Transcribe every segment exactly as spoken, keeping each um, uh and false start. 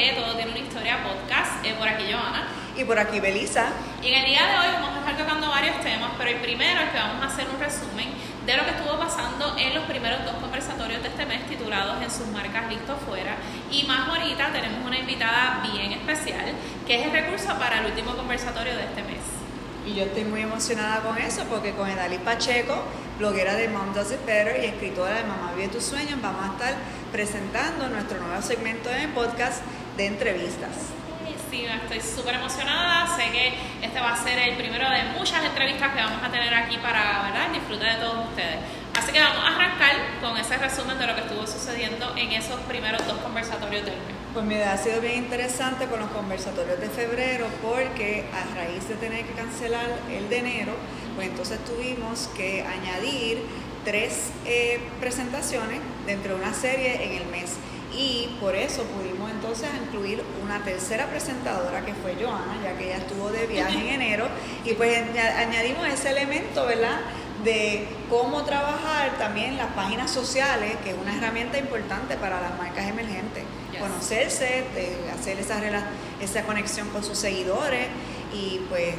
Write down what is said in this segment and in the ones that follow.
de Todo Tiene Una Historia podcast. Eh, por aquí Joana. Y por aquí Belisa. Y en el día de hoy vamos a estar tocando varios temas, pero el primero es que vamos a hacer un resumen de lo que estuvo pasando en los primeros dos conversatorios de este mes titulados En sus marcas listo fuera. Y más ahorita tenemos una invitada bien especial, que es el recurso para el último conversatorio de este mes. Y yo estoy muy emocionada con eso porque con Edalis Pacheco, bloguera de Mom Does It Better y escritora de Mamá Vive Tus Sueños, vamos a estar presentando nuestro nuevo segmento en el podcast de entrevistas. Sí, estoy súper emocionada. Sé que este va a ser el primero de muchas entrevistas que vamos a tener aquí para, ¿verdad?, el disfrute de todos ustedes. Así que vamos a arrancar con ese resumen de lo que estuvo sucediendo en esos primeros dos conversatorios del mes. Pues mira, ha sido bien interesante con los conversatorios de febrero porque a raíz de tener que cancelar el de enero, pues entonces tuvimos que añadir tres eh, presentaciones dentro de una serie en el mes. Y por eso pudimos entonces incluir una tercera presentadora que fue Joana, ya que ella estuvo de viaje en enero, y pues añadimos ese elemento, ¿verdad?, de cómo trabajar también las páginas sociales, que es una herramienta importante para las marcas emergentes. Yes. Conocerse, de hacer esa, esa conexión con sus seguidores y pues...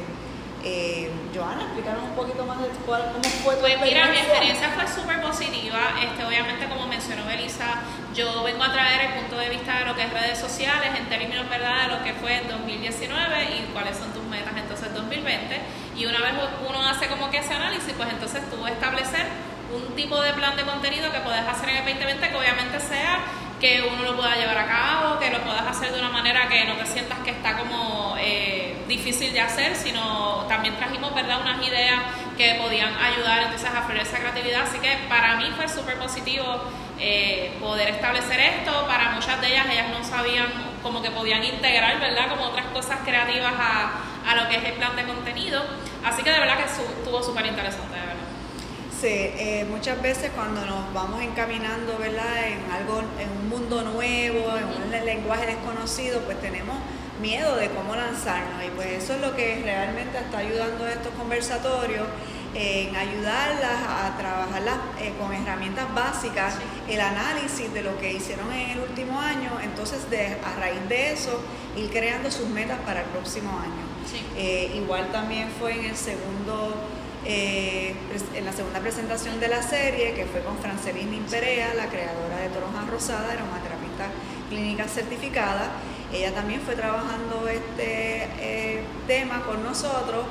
Eh, Joana, explícanos un poquito más de cuál, cómo fue tu Pues mira, mi experiencia. experiencia fue súper positiva. Este, obviamente, como mencionó Belisa, yo vengo a traer el punto de vista de lo que es redes sociales, en términos, ¿verdad?, de lo que fue dos mil diecinueve y cuáles son tus metas entonces dos mil veinte. Y una vez uno hace como que ese análisis, pues entonces tú establecer un tipo de plan de contenido que puedes hacer en el veinte veinte que obviamente sea que uno lo pueda llevar a cabo, que lo puedas hacer de una manera que no te sientas que está como eh, difícil de hacer, sino también trajimos, ¿verdad?, unas ideas que podían ayudar entonces a frenar esa creatividad. Así que para mí fue súper positivo eh, poder establecer esto. Para muchas de ellas, ellas no sabían como que podían integrar, ¿verdad?, como otras cosas creativas a, a lo que es el plan de contenido. Así que de verdad que estuvo súper interesante, de verdad. Sí, eh, muchas veces cuando nos vamos encaminando, ¿verdad?, en algo, en un mundo nuevo, en un lenguaje desconocido, pues tenemos miedo de cómo lanzarnos, y pues eso es lo que realmente está ayudando a estos conversatorios, eh, en ayudarlas a trabajarlas eh, con herramientas básicas, sí. El análisis de lo que hicieron en el último año, entonces de, a raíz de eso ir creando sus metas para el próximo año. Sí. Eh, igual también fue en el segundo Eh, en la segunda presentación de la serie, que fue con Francelis Nimperea, la creadora de Toronja Rosada, aromaterapeuta clínica certificada. Ella también fue trabajando este eh, tema con nosotros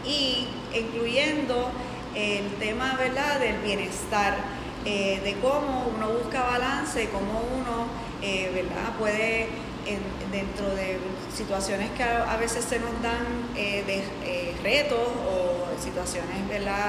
y incluyendo el tema, ¿verdad?, del bienestar, eh, de cómo uno busca balance y cómo uno eh, ¿verdad?, puede en, dentro de situaciones que a, a veces se nos dan eh, de eh, retos o situaciones, ¿verdad?,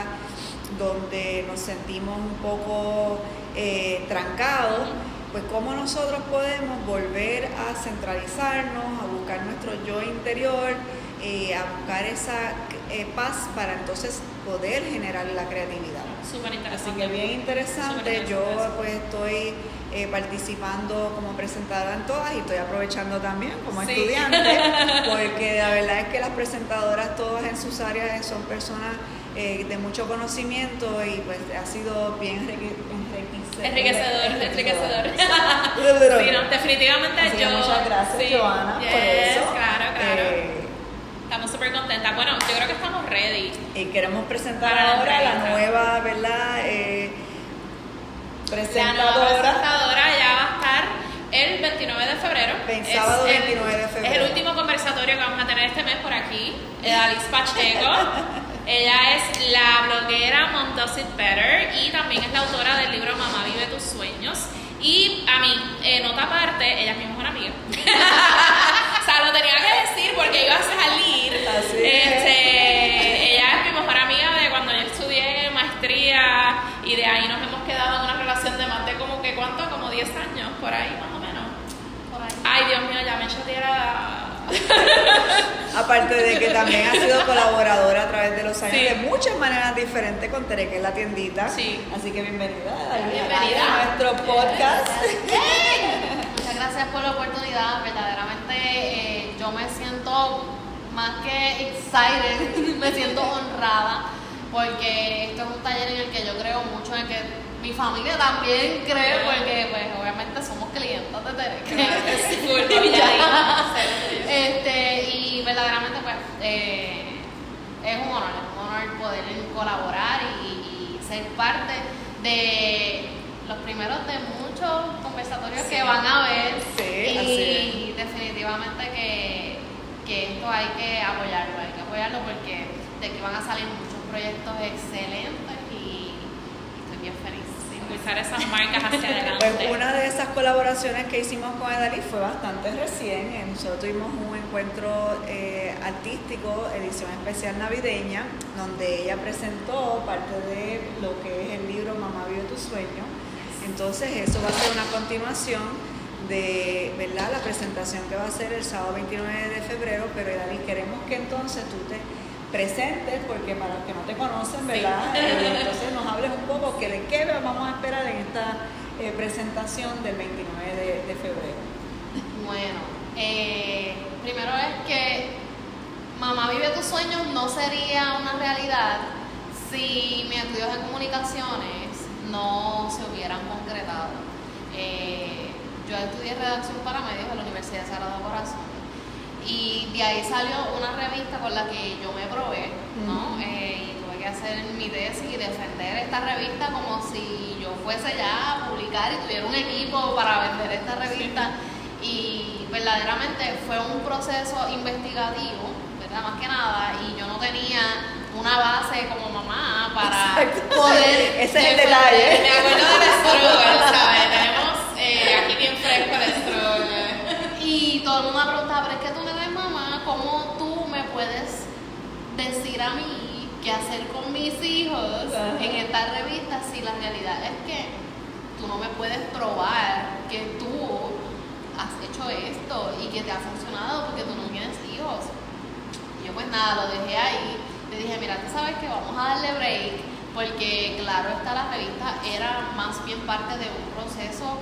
donde nos sentimos un poco eh, trancados, pues cómo nosotros podemos volver a centralizarnos, a buscar nuestro yo interior, eh, a buscar esa eh, paz para entonces poder generar la creatividad. Súper interesante. Así que bien interesante. interesante yo pues estoy eh, participando como presentadora en todas y estoy aprovechando también como sí. estudiante, porque la verdad es que las presentadoras todas en sus áreas son personas eh, de mucho conocimiento y pues ha sido bien enriquecedor. Enriquecedor, enriquecedor. enriquecedor. Sí, no, definitivamente así yo. Muchas gracias, sí, Joana, yes, por eso. Claro, claro. Eh, Estamos súper contentas. Bueno, yo creo que estamos ready. Y queremos presentar para ahora la, la nueva, ¿verdad? Eh, presentadora. La nueva presentadora ya va a estar el veintinueve de febrero. El sábado veintinueve de febrero. Es el último conversatorio que vamos a tener este mes por aquí. Edalis Pacheco. Ella es la bloguera Mom Does It Better y también es la autora del libro Mamá Vive Tus Sueños. Y a mí, eh, nota aparte, ella es mi mejor amiga. O sea, lo tenía que decir porque iba a salir. Así este, ella es mi mejor amiga de cuando yo estudié maestría y de ahí nos hemos quedado en una relación de más de como que, ¿cuánto? Como diez años, por ahí más o menos. Por ahí. Ay, Dios mío, ya me he hecho tierra. Aparte de que también ha sido colaboradora a través de los años, sí, de muchas maneras diferentes con Tere, que es la tiendita. Sí. Así que bienvenida, bienvenida a nuestro podcast. Muchas gracias por la oportunidad. Verdaderamente eh, yo me siento más que excited, me siento honrada, porque esto es un taller en el que yo creo mucho, en el que mi familia también cree, porque pues obviamente somos clientes notas de Tere. Claro, es full, no, ya digo. Este, y verdaderamente, pues, eh, es un honor, es un honor poder colaborar y, y ser parte de los primeros de muchos conversatorios Sí. que van a haber. Sí, y así definitivamente que, que esto hay que apoyarlo, hay que apoyarlo porque de aquí van a salir muchos proyectos excelentes y estoy bien feliz. Impulsar esas marcas hacia adelante. Pues una de esas colaboraciones que hicimos con Edalí fue bastante recién. Eh, Nosotros tuvimos un encuentro eh, artístico, edición especial navideña, donde ella presentó parte de lo que es el libro Mamá Vive tu Sueño. Entonces eso va a ser una continuación de, ¿verdad?, la presentación que va a ser el sábado veintinueve de febrero, pero Edalí, queremos que entonces tú te presentes, porque para los que no te conocen, ¿verdad? Sí. Eh, entonces nos hables un poco que de qué vamos a esperar en esta eh, presentación del veintinueve de, de febrero. Bueno, eh, primero es que Mamá Vive tus Sueños no sería una realidad si mis estudios de comunicaciones no se hubieran concretado. Eh, yo estudié redacción para medios en la Universidad de Sagrado Corazón. Y de ahí salió una revista con la que yo me probé, ¿no? Uh-huh. eh, y tuve que hacer mi tesis y defender esta revista como si yo fuese ya a publicar y tuviera un equipo para vender esta revista. Sí. Y verdaderamente fue un proceso investigativo, ¿verdad? Más que nada, y yo no tenía una base como mamá para Exacto. poder Ese es el detalle. Me acuerdo del struggle, ¿sabes? Tenemos eh, aquí bien fresco el struggle. Y todo el mundo me preguntaba, pero es que tú no eres mamá, ¿cómo tú me puedes decir a mí qué hacer con mis hijos uh-huh. en esta revista si la realidad es que tú no me puedes probar que tú has hecho esto y que te ha funcionado porque tú no tienes hijos? Y yo pues nada, lo dejé ahí. Le dije, mira, tú sabes que vamos a darle break porque claro está, la revista era más bien parte de un proceso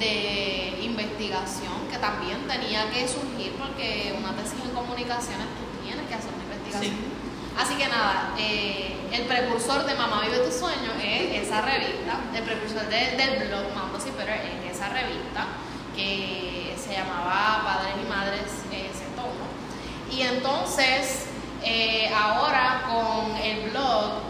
de investigación que también tenía que surgir porque una tesis en comunicaciones tú tienes que hacer una investigación. Sí. Así que nada, eh, el precursor de Mamá Vive tu Sueño es esa revista, el precursor de, del blog Mamá Superior es esa revista que se llamaba Padres y Madres eh, ciento uno. Y entonces, eh, ahora con el blog,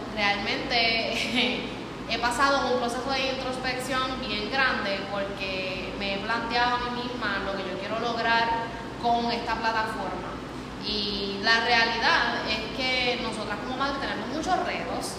realmente he pasado un proceso de introspección bien grande porque me he planteado a mí misma lo que yo quiero lograr con esta plataforma. Y la realidad es que nosotras como madres tenemos muchos retos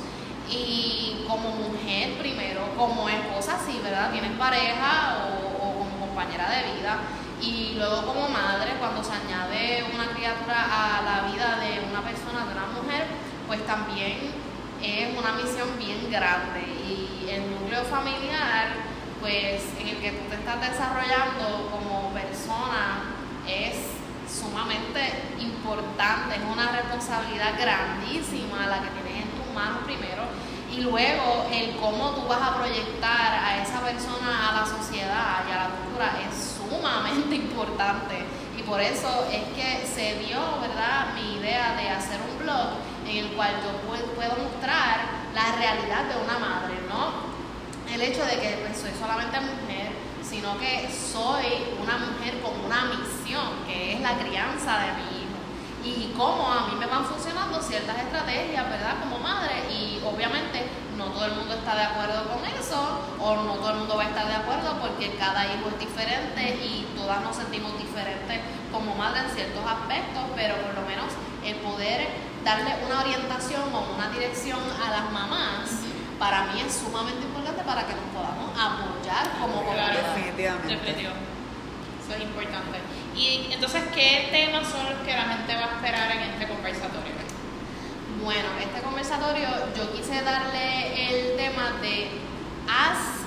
y como mujer primero, como esposa sí, ¿verdad? Tienes pareja o, o como compañera de vida, y luego como madre, cuando se añade una criatura a la vida de una persona, de una mujer, pues también es una misión bien grande. Y el núcleo familiar, pues en el que tú te estás desarrollando como persona, es sumamente importante, es una responsabilidad grandísima la que tienes en tus manos primero, y luego el cómo tú vas a proyectar a esa persona a la sociedad y a la cultura es sumamente importante. Y por eso es que se dio, ¿verdad?, mi idea de hacer un blog en el cual yo puedo mostrar la realidad de una madre, ¿no? El hecho de que pues, soy solamente mujer, sino que soy una mujer con una misión, que es la crianza de mi hijo. Y cómo a mí me van funcionando ciertas estrategias, ¿verdad?, como madre. Y obviamente no todo el mundo está de acuerdo con eso, o no todo el mundo va a estar de acuerdo, porque cada hijo es diferente y todas nos sentimos diferentes como madre en ciertos aspectos, pero por lo menos el poder darle una orientación o una dirección a las mamás, para mí es sumamente importante para que nos podamos apoyar como comunidad. Claro, definitivamente. Definitivo. Eso es importante. Y entonces, ¿qué temas son los que la gente va a esperar en este conversatorio? Bueno, este conversatorio yo quise darle el tema de haz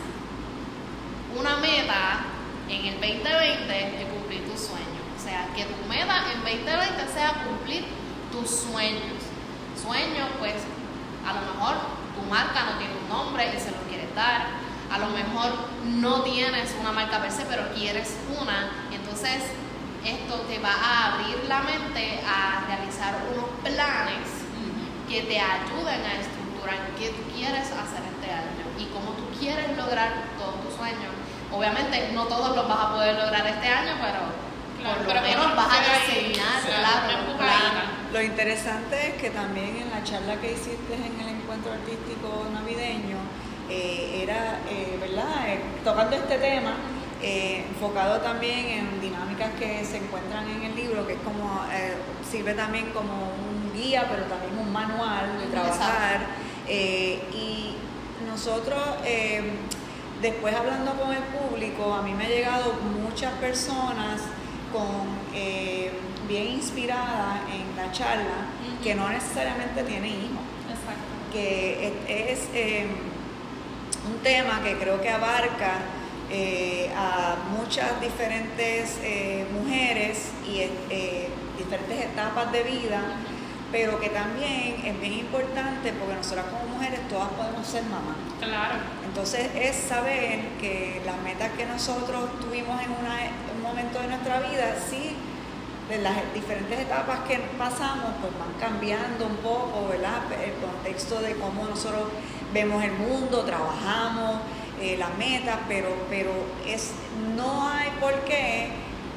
una meta en el veinte veinte de cumplir tus sueños. O sea, que tu meta en veinte veinte sea cumplir tus sueños. Sueños, pues, a lo mejor tu marca no tiene un nombre y se lo quieres dar. A lo mejor no tienes una marca per se, pero quieres una. Entonces, esto te va a abrir la mente a realizar unos planes que te ayuden a estructurar qué tú quieres hacer este año y cómo tú quieres lograr todos tus sueños. obviamente no todos los vas a poder lograr este año, pero Claro, por lo pero menos como vas a empezar ahí, diseñar, sí, claro, una un empujadita. plan. Lo interesante es que también en la charla que hiciste en el encuentro artístico navideño, eh, era, eh, ¿verdad?, Eh, tocando este tema, eh, enfocado también en dinámicas que se encuentran en el libro, que es como, eh, sirve también como un guía, pero también un manual de trabajar. Eh, y nosotros, eh, después hablando con el público, a mí me han llegado muchas personas con, eh, bien inspiradas en la charla, Ujú. que no necesariamente tienen hijos, Exacto. que es, es, eh, un tema que creo que abarca eh, a muchas diferentes eh, mujeres y eh, diferentes etapas de vida, pero que también es bien importante porque nosotras como mujeres todas podemos ser mamás. Claro. Entonces es saber que las metas que nosotros tuvimos en una, un momento de nuestra vida, sí, de las diferentes etapas que pasamos, pues van cambiando un poco, ¿verdad? El contexto de cómo nosotros vemos el mundo, trabajamos, eh, las metas, pero, pero es, no hay por qué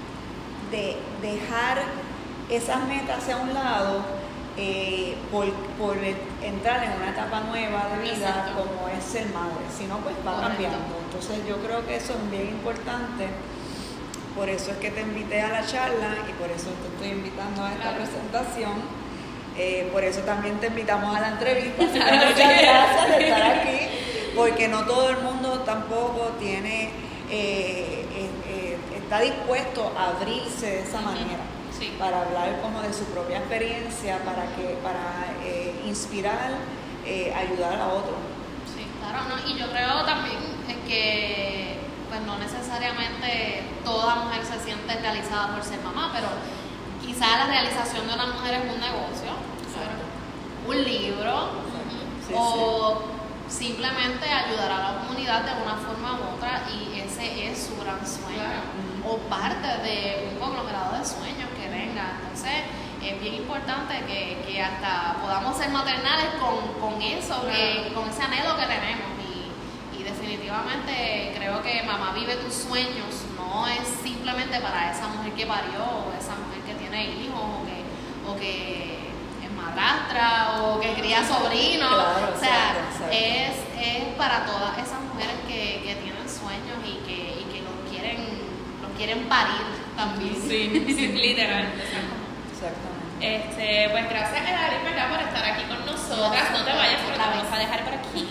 de dejar esas metas hacia un lado eh, por, por entrar en una etapa nueva de vida. Exacto. Como es ser madre, sino pues va Correcto. cambiando. Entonces yo creo que eso es bien importante. Por eso es que te invité a la charla y por eso te estoy invitando a esta Claro. presentación. Eh, por eso también te invitamos a la entrevista. Así que muchas gracias de estar aquí, porque no todo el mundo tampoco tiene, eh, eh, eh, está dispuesto a abrirse de esa Ujú. manera, Sí. para hablar como de su propia experiencia, para que para eh, inspirar, eh, ayudar a otros. Sí. Claro, ¿no? Y yo creo también es que pues no necesariamente toda mujer se siente realizada por ser mamá, pero quizá la realización de una mujer es un negocio, un libro, Sí, o simplemente ayudar a la comunidad de una forma u otra, y ese es su gran sueño, Claro. o parte de un conglomerado de sueños que venga. Entonces es bien importante que, que hasta podamos ser maternales con, con eso, Claro. que, con ese anhelo que tenemos. Y, y definitivamente creo que Mamá Vive Tus Sueños no es simplemente para esa mujer que parió, o esa mujer que tiene hijos, o que, o que es madrastra, o que cría sobrinos. Claro, O sea, exacto, exacto. es, es para todas esas mujeres que, que tienen sueños y que, y que los quieren, los quieren parir también. Sí, sí, literal. Exacto. Exactamente. Este, pues gracias Edalí, ¿verdad?, por estar aquí con nosotras. No te vayas porque te Otra vamos vez. a dejar por aquí.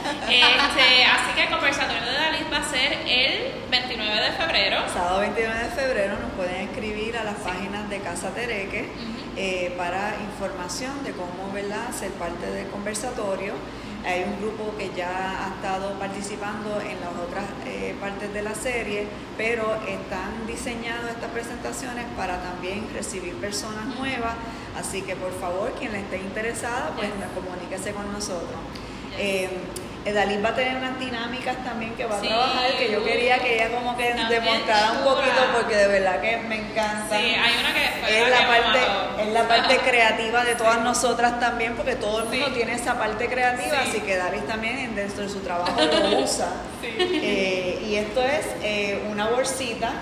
Este, así que el conversatorio de Edalí va a ser el veintinueve de febrero. Sábado veintinueve de febrero nos pueden escribir a las páginas de Casa Tereque eh, para información de cómo, ¿verdad?, ser parte del conversatorio. Hay un grupo que ya ha estado participando en las otras eh, partes de la serie, pero están diseñadas estas presentaciones para también recibir personas nuevas, así que por favor, quien esté interesada, pues Yes. comuníquese con nosotros. Yes. Eh, Edalí va a tener unas dinámicas también que va a Sí, trabajar, que yo quería que ella como que también demostrara un chula. poquito, porque de verdad que me encanta. Sí, hay una que fue Es la la que me parte, mató. es la parte creativa de todas nosotras también, porque todo el mundo Sí. tiene esa parte creativa, Sí. así que Dalis también en- dentro de su trabajo lo usa. Sí. Eh, y esto es eh, una bolsita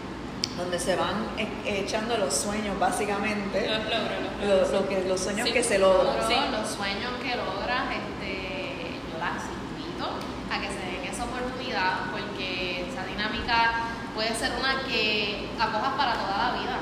donde se van e- echando los sueños, básicamente, Los logros, los lo, logros. lo que, los sueños Sí. que se logran. Logros, Sí. los sueños que logras, este, yo las invito a que se den esa oportunidad, porque esa dinámica puede ser una que acojas para toda la vida,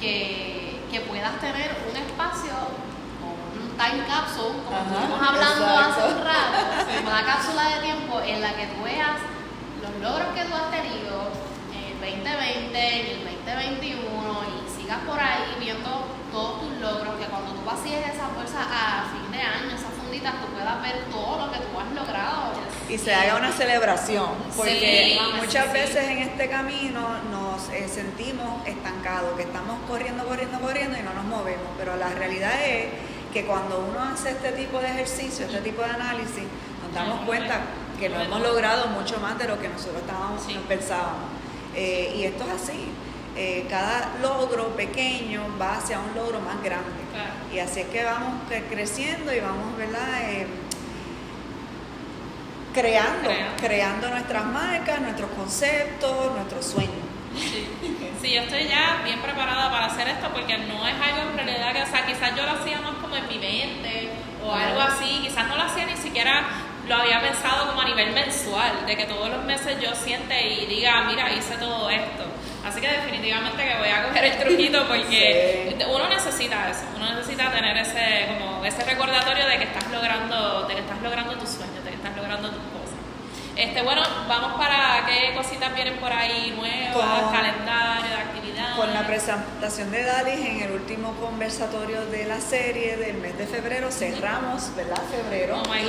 que, que puedas tener un espacio o un time capsule, como Ajá, estuvimos hablando hace exacto. un rato, una cápsula de tiempo en la que tú veas los logros que tú has tenido en el veinte veinte, en el veinte veintiuno, y sigas por ahí viendo todos tus logros, que cuando tú vacíes esa bolsa a fin de año, esas funditas, tú puedas ver todo lo que tú has logrado. Y se haga una celebración, porque Sí, muchas sí, sí. veces en este camino nos eh, sentimos estancados, que estamos corriendo, corriendo, corriendo y no nos movemos, pero la realidad es que cuando uno hace este tipo de ejercicio, este tipo de análisis, nos damos cuenta que lo hemos logrado mucho más de lo que nosotros estábamos, Sí. pensábamos. Eh, y esto es así. Eh, cada logro pequeño va hacia un logro más grande. Claro. Y así es que vamos cre- creciendo y vamos, ¿verdad? Eh, creando, creando, creando nuestras marcas, nuestros conceptos, nuestros sueños. Sí. Sí, yo estoy ya bien preparada para hacer esto porque no es algo en realidad que, o sea, quizás yo lo hacía más como en mi mente o algo así, quizás no lo hacía ni siquiera, lo había pensado como a nivel mensual, de que todos los meses yo siente y diga, mira, hice todo esto. Así que definitivamente que voy a coger el truquito porque sí. Uno necesita eso, uno necesita tener ese como ese recordatorio de que estás logrando, de que estás logrando tus sueños, de que estás logrando tus cosas. Este, bueno, vamos para qué cositas vienen por ahí nuevas, con, calendario de actividades. Con la presentación de Dalis en el último conversatorio de la serie del mes de febrero, cerramos, ¿verdad? Febrero. Oh my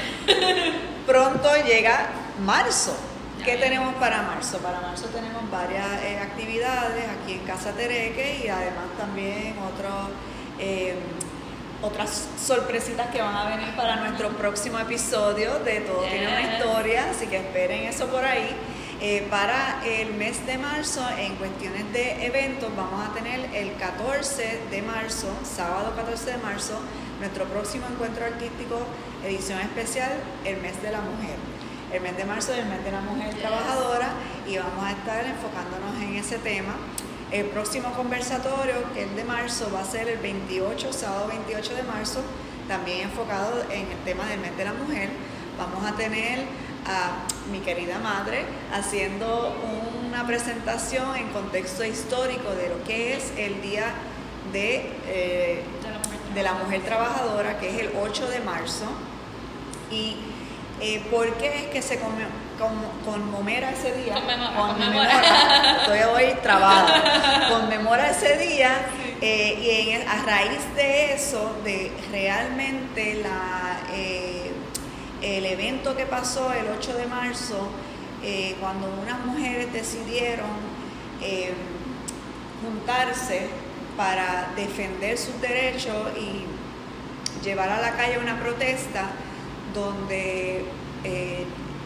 God. Pronto llega marzo. ¿Qué tenemos para marzo? Para marzo tenemos varias eh, actividades aquí en Casa Tereque y además también otros... Eh, otras sorpresitas que van a venir para nuestro próximo episodio de Todo yes. Tiene una Historia, así que esperen eso por ahí. Eh, para el mes de marzo, en cuestiones de eventos, vamos a tener el catorce de marzo, sábado catorce de marzo, nuestro próximo encuentro artístico, edición especial, el mes de la mujer. El mes de marzo es el mes de la mujer yes. trabajadora y vamos a estar enfocándonos en ese tema. El próximo conversatorio, que es de marzo, va a ser el veintiocho, sábado veintiocho de marzo, también enfocado en el tema del mes de la mujer. Vamos a tener a mi querida madre haciendo una presentación en contexto histórico de lo que es el Día de, eh, de, la, mujer de la Mujer Trabajadora, que es el ocho de marzo. Y eh, ¿por qué es que se come? Conmemora ese día, conmemora, conmemora, conmemora. Estoy hoy trabada, conmemora ese día eh, y en, a raíz de eso, de realmente la, eh, el evento que pasó el ocho de marzo, eh, cuando unas mujeres decidieron eh, juntarse para defender sus derechos y llevar a la calle una protesta donde eh,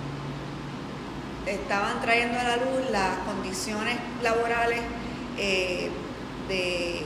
estaban trayendo a la luz las condiciones laborales eh, de,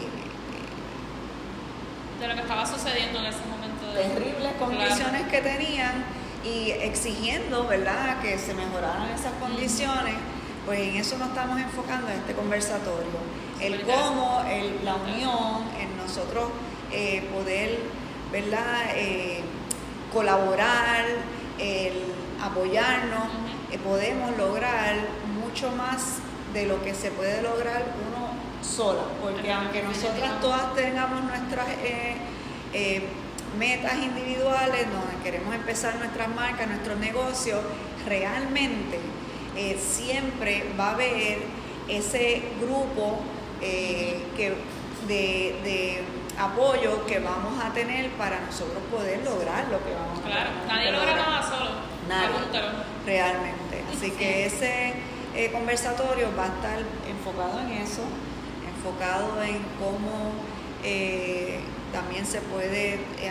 de lo que estaba sucediendo en ese momento. De terribles condiciones claro. que tenían y exigiendo, ¿verdad?, que se mejoraran esas condiciones. Pues en eso nos estamos enfocando en este conversatorio. El cómo, el, la unión, en nosotros eh, poder, ¿verdad?, eh, colaborar, el apoyarnos. Podemos lograr mucho más de lo que se puede lograr uno sola, porque aunque nosotras todas tengamos nuestras eh, eh, metas individuales, donde queremos empezar nuestras marcas, nuestros negocios, realmente eh, siempre va a haber ese grupo eh, que de, de apoyo que vamos a tener para nosotros poder lograr lo que vamos claro, a nadie logra nada solo. Nadie, realmente. Así que ese eh, conversatorio va a estar enfocado en eso, enfocado en cómo eh, también se puede eh,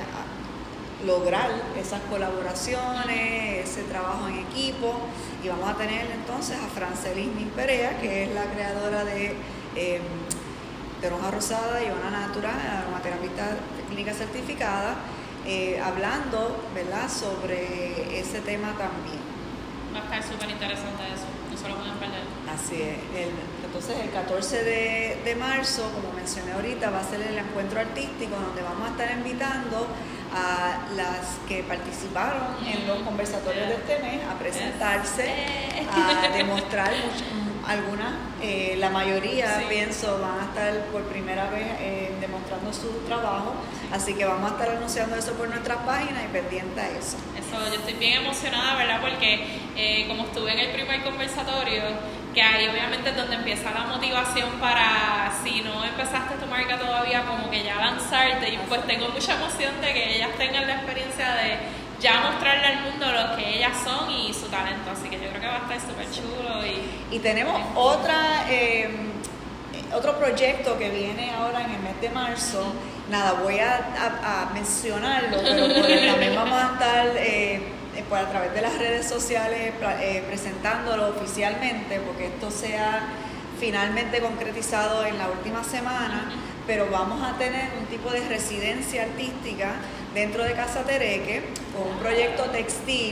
lograr esas colaboraciones, ese trabajo en equipo. Y vamos a tener entonces a Francelis Perea, que es la creadora de eh, Toronja Rosada y Ona Natural, aromaterapista clínica certificada, eh, hablando, ¿verdad?, sobre ese tema también. Va a estar súper interesante eso, no se lo pueden perder. Así es. El, entonces el catorce de, de marzo, como mencioné ahorita, va a ser el encuentro artístico donde vamos a estar invitando a las que participaron mm. en los conversatorios de este mes a presentarse, yes. a demostrar mucho, algunas, eh, la mayoría sí. pienso van a estar por primera vez eh, demostrando su trabajo, sí. así que vamos a estar anunciando eso por nuestras páginas y pendiente a eso. Eso, yo estoy bien emocionada, ¿verdad? Porque eh, como estuve en el primer conversatorio, que ahí obviamente es donde empieza la motivación para, si no empezaste tu marca todavía, como que ya lanzarte, y pues tengo mucha emoción de que ellas tengan la experiencia de ya mostrarle al mundo lo que ellas son y su talento, así que yo creo que va a estar súper chulo. Y, y tenemos eh, otra eh, otro proyecto que viene ahora en el mes de marzo, uh-huh. nada, voy a, a, a mencionarlo, pero pues, también vamos a estar eh, pues, a través de las redes sociales eh, presentándolo oficialmente, porque esto sea finalmente concretizado en la última semana, uh-huh. pero vamos a tener un tipo de residencia artística dentro de Casa Tereque, con un proyecto textil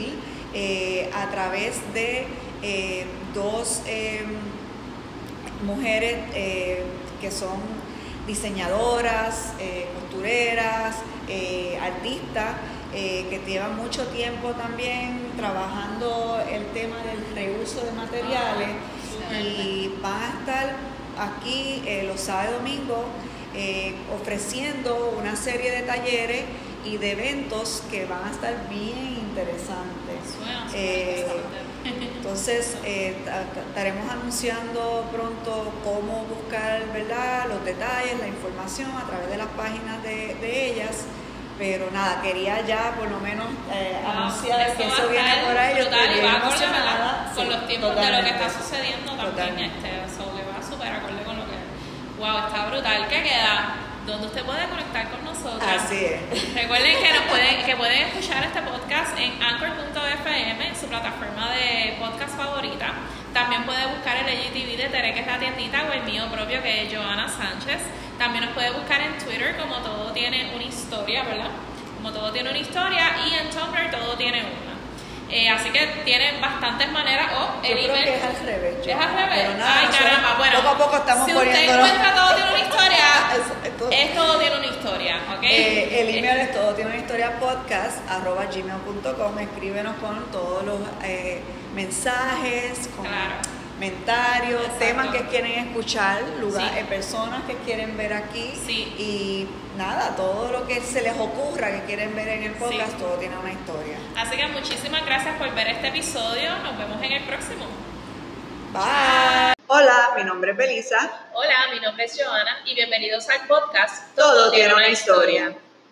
eh, a través de eh, dos eh, mujeres eh, que son diseñadoras, eh, costureras, eh, artistas, eh, que llevan mucho tiempo también trabajando el tema del reuso de materiales y van a estar aquí eh, los sábados y domingos eh, ofreciendo una serie de talleres y de eventos que van a estar bien interesantes. Suena, suena Eh, interesante. entonces eh, ta- ta- estaremos anunciando pronto cómo buscar, ¿verdad?, los detalles, la información a través de las páginas de, de ellas. Pero nada, quería ya por lo menos eh, Wow, anunciar eso que va eso a viene estar por ahí. Yo brutal estoy y bien va acorde, ¿verdad? emocionada. Con Sí, los tiempos de lo que totalmente. está sucediendo también, Totalmente. este, so, que va súper acorde con lo que... Wow, está brutal. ¿Qué queda? ¿Dónde usted puede conectar con nosotros? Así es. Recuerden que nos pueden, que pueden escuchar este podcast en anchor punto f m, su plataforma de podcast favorita. También puede buscar el L G T V de Tere, que es la tiendita, o el mío propio, que es Joana Sánchez. También nos puede buscar en Twitter, como todo tiene una historia, ¿verdad? Como todo tiene una historia, y en Tumblr todo tiene una. Eh, así que tienen bastantes maneras. Oh, Yo el creo email. que es al revés. ¿Es al revés? Pero nada, Ay, nosotros caramba. Bueno, poco a poco estamos si usted poniéndonos. encuentra todo tiene una historia, Exacto. es todo tiene una historia, ¿ok? Eh, el email es todo tiene una historia podcast arroba gmail punto com. Escríbenos con todos los eh, mensajes, con Claro. comentarios, Exacto. temas que quieren escuchar, lugar, Sí. eh, personas que quieren ver aquí. Sí. Y nada, todo lo que se les ocurra que quieren ver en el podcast, Sí. todo tiene una historia. Así que muchísimas gracias por ver este episodio. Nos vemos en el próximo. Bye. Hola, mi nombre es Belisa. Hola, mi nombre es Joana y bienvenidos al podcast Todo tiene una historia.